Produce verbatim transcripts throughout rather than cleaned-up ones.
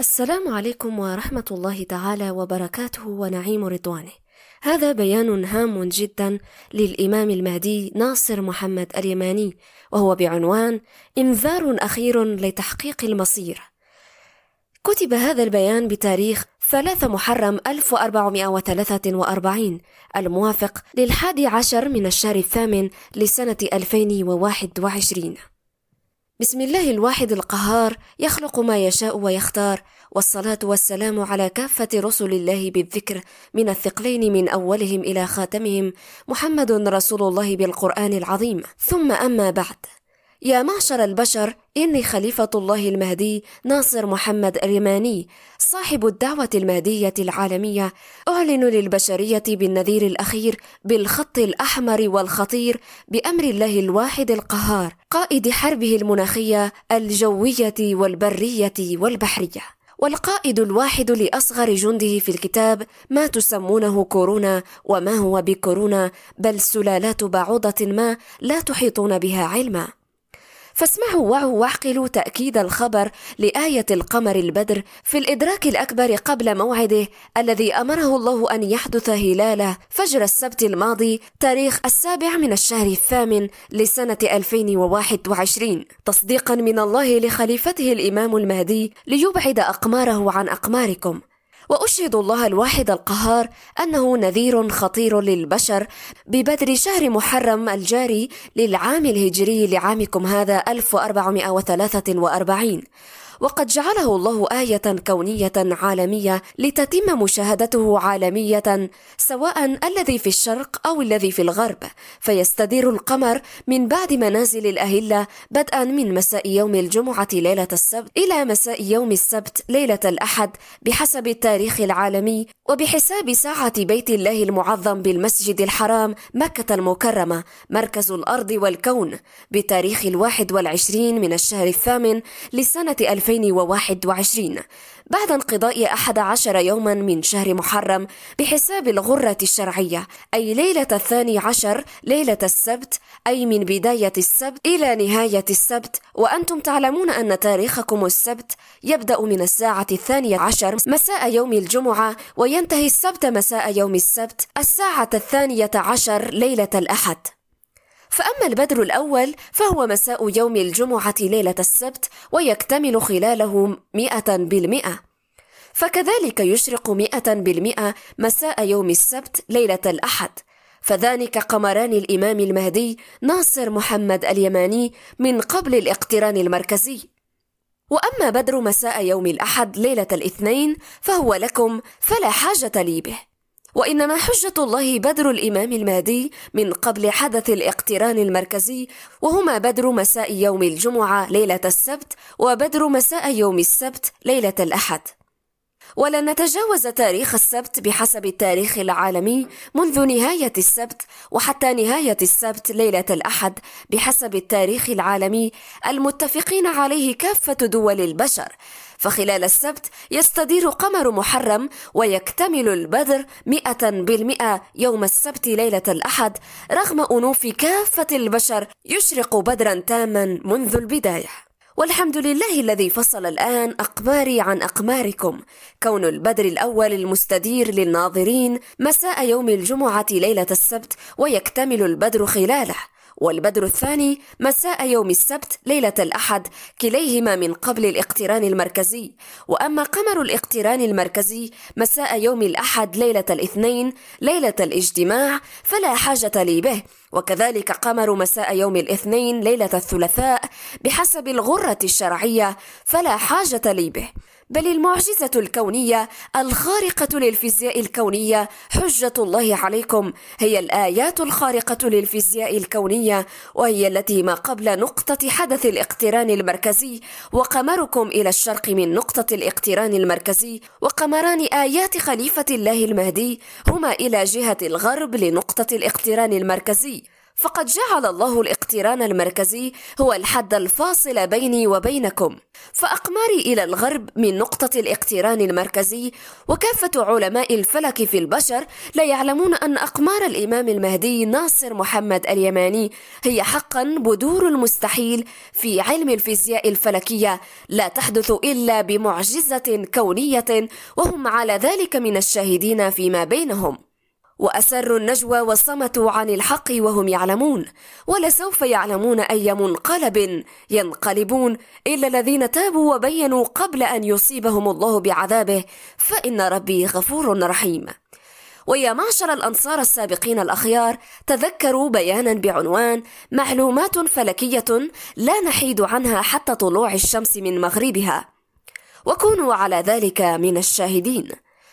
السلام عليكم ورحمة الله تعالى وبركاته ونعيم رضوانه. هذا بيان هام جدا للإمام المهدي ناصر محمد اليماني، وهو بعنوان إنذار أخير لتحقيق المصير. كتب هذا البيان بتاريخ ثلاثة محرم ألف وأربعمائة وثلاثة وأربعين الموافق للحادي عشر من الشهر الثامن لسنة ألفين وواحد وعشرين. بسم الله الواحد القهار، يخلق ما يشاء ويختار، والصلاة والسلام على كافة رسل الله بالذكر من الثقلين من أولهم إلى خاتمهم، محمد رسول الله بالقرآن العظيم. ثم أما بعد، يا معشر البشر، إني خليفة الله المهدي ناصر محمد اليماني صاحب الدعوة المهدية العالمية، أعلن للبشرية بالنذير الأخير بالخط الأحمر والخطير بأمر الله الواحد القهار، قائد حربه المناخية الجوية والبرية والبحرية، والقائد الواحد لأصغر جنده في الكتاب، ما تسمونه كورونا وما هو بكورونا، بل سلالات بعوضة ما لا تحيطون بها علما. فاسمعوا وعوا واعقلوا تأكيد الخبر لآية القمر البدر في الإدراك الأكبر قبل موعده الذي أمره الله أن يحدث هلال فجر السبت الماضي تاريخ السابع من الشهر الثامن لسنة ألفين وواحد وعشرين، تصديقا من الله لخليفته الإمام المهدي ليبعد أقماره عن أقماركم. وأشهد الله الواحد القهار أنه نذير خطير للبشر ببدر شهر محرم الجاري للعام الهجري لعامكم هذا ألف وأربعمائة وثلاثة وأربعين، وقد جعله الله آية كونية عالمية لتتم مشاهدته عالمية، سواء الذي في الشرق أو الذي في الغرب، فيستدير القمر من بعد منازل الأهلة بدءا من مساء يوم الجمعة ليلة السبت إلى مساء يوم السبت ليلة الأحد بحسب التاريخ العالمي، وبحساب ساعة بيت الله المعظم بالمسجد الحرام مكة المكرمة مركز الأرض والكون بتاريخ الواحد والعشرين من الشهر الثامن لسنة ألفين وواحد وعشرين، بعد انقضاء أحد عشر يوما من شهر محرم بحساب الغرة الشرعية، أي ليلة الثاني عشر ليلة السبت، أي من بداية السبت إلى نهاية السبت. وأنتم تعلمون أن تاريخكم السبت يبدأ من الساعة الثانية عشر مساء يوم الجمعة وينتهي السبت مساء يوم السبت الساعة الثانية عشر ليلة الأحد. فأما البدر الأول فهو مساء يوم الجمعة ليلة السبت ويكتمل خلاله مئة بالمئة، فكذلك يشرق مئة بالمئة مساء يوم السبت ليلة الأحد، فذلك قمران الإمام المهدي ناصر محمد اليماني من قبل الاقتران المركزي. وأما بدر مساء يوم الأحد ليلة الاثنين فهو لكم فلا حاجة لي به، وإنما حجة الله بدر الإمام المهدي من قبل حدث الاقتران المركزي، وهما بدر مساء يوم الجمعة ليلة السبت وبدر مساء يوم السبت ليلة الأحد. ولن نتجاوز تاريخ السبت بحسب التاريخ العالمي منذ نهاية السبت وحتى نهاية السبت ليلة الأحد بحسب التاريخ العالمي المتفقين عليه كافة دول البشر، فخلال السبت يستدير قمر محرم ويكتمل البدر مئة بالمئة يوم السبت ليلة الأحد، رغم أنوف كافة البشر يشرق بدرا تاما منذ البداية. والحمد لله الذي فصل الآن أقماري عن أقماركم، كون البدر الأول المستدير للناظرين مساء يوم الجمعة ليلة السبت ويكتمل البدر خلاله، والبدر الثاني مساء يوم السبت ليلة الأحد، كليهما من قبل الاقتران المركزي. وأما قمر الاقتران المركزي مساء يوم الأحد ليلة الاثنين ليلة الاجتماع فلا حاجة لي به، وكذلك قمر مساء يوم الاثنين ليلة الثلاثاء بحسب الغرة الشرعية فلا حاجة لي به. بل المعجزة الكونية الخارقة للفيزياء الكونية حجة الله عليكم هي الآيات الخارقة للفيزياء الكونية، وهي التي ما قبل نقطة حدث الاقتران المركزي، وقمركم إلى الشرق من نقطة الاقتران المركزي، وقمران آيات خليفة الله المهدي هما إلى جهة الغرب لنقطة الاقتران المركزي. فقد جعل الله الاقتران المركزي هو الحد الفاصل بيني وبينكم، فأقماري إلى الغرب من نقطة الاقتران المركزي، وكافة علماء الفلك في البشر لا يعلمون أن أقمار الإمام المهدي ناصر محمد اليماني هي حقا بدور المستحيل في علم الفيزياء الفلكية، لا تحدث إلا بمعجزة كونية، وهم على ذلك من الشاهدين فيما بينهم. وأسروا النجوى وصمتوا عن الحق وهم يعلمون، ولسوف يعلمون أي منقلب ينقلبون إلا الذين تابوا وبينوا قبل أن يصيبهم الله بعذابه، فإن ربي غفور رحيم. ويا معشر الأنصار السابقين الأخيار، تذكروا بيانا بعنوان معلومات فلكية لا نحيد عنها حتى طلوع الشمس من مغربها، وكونوا على ذلك من الشاهدين.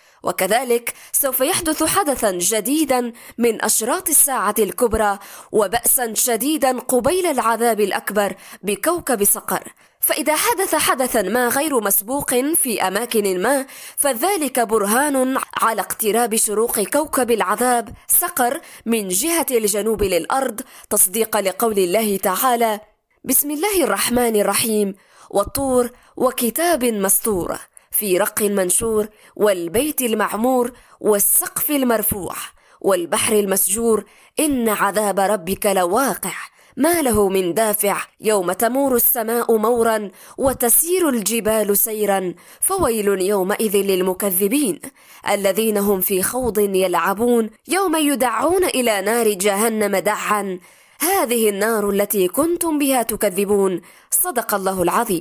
وكذلك سوف يحدث حدثا جديدا من أشراط الساعة الكبرى، وبأسا شديدا قبيل العذاب الأكبر بكوكب صقر. فإذا حدث حدثا ما غير مسبوق في أماكن ما، فذلك برهان على اقتراب شروق كوكب العذاب صقر من جهة الجنوب للأرض، تصديقا لقول الله تعالى: بسم الله الرحمن الرحيم، والطور وكتاب مسطور في رق منشور، والبيت المعمور، والسقف المرفوع، والبحر المسجور، إن عذاب ربك لواقع ما له من دافع، يوم تمور السماء مورا وتسير الجبال سيرا، فويل يومئذ للمكذبين الذين هم في خوض يلعبون، يوم يدعون إلى نار جهنم دعا، هذه النار التي كنتم بها تكذبون. صدق الله العظيم.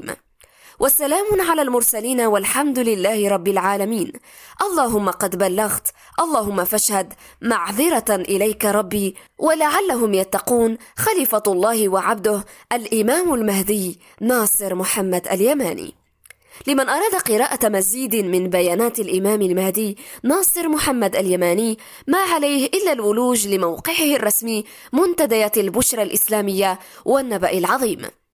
والسلام على المرسلين، والحمد لله رب العالمين. اللهم قد بلغت، اللهم فاشهد، معذرة إليك ربي، ولعلهم يتقون. خليفة الله وعبده الإمام المهدي ناصر محمد اليماني. لمن أراد قراءة مزيد من بيانات الإمام المهدي ناصر محمد اليماني، ما عليه إلا الولوج لموقعه الرسمي منتديات البشرى الإسلامية والنبأ العظيم.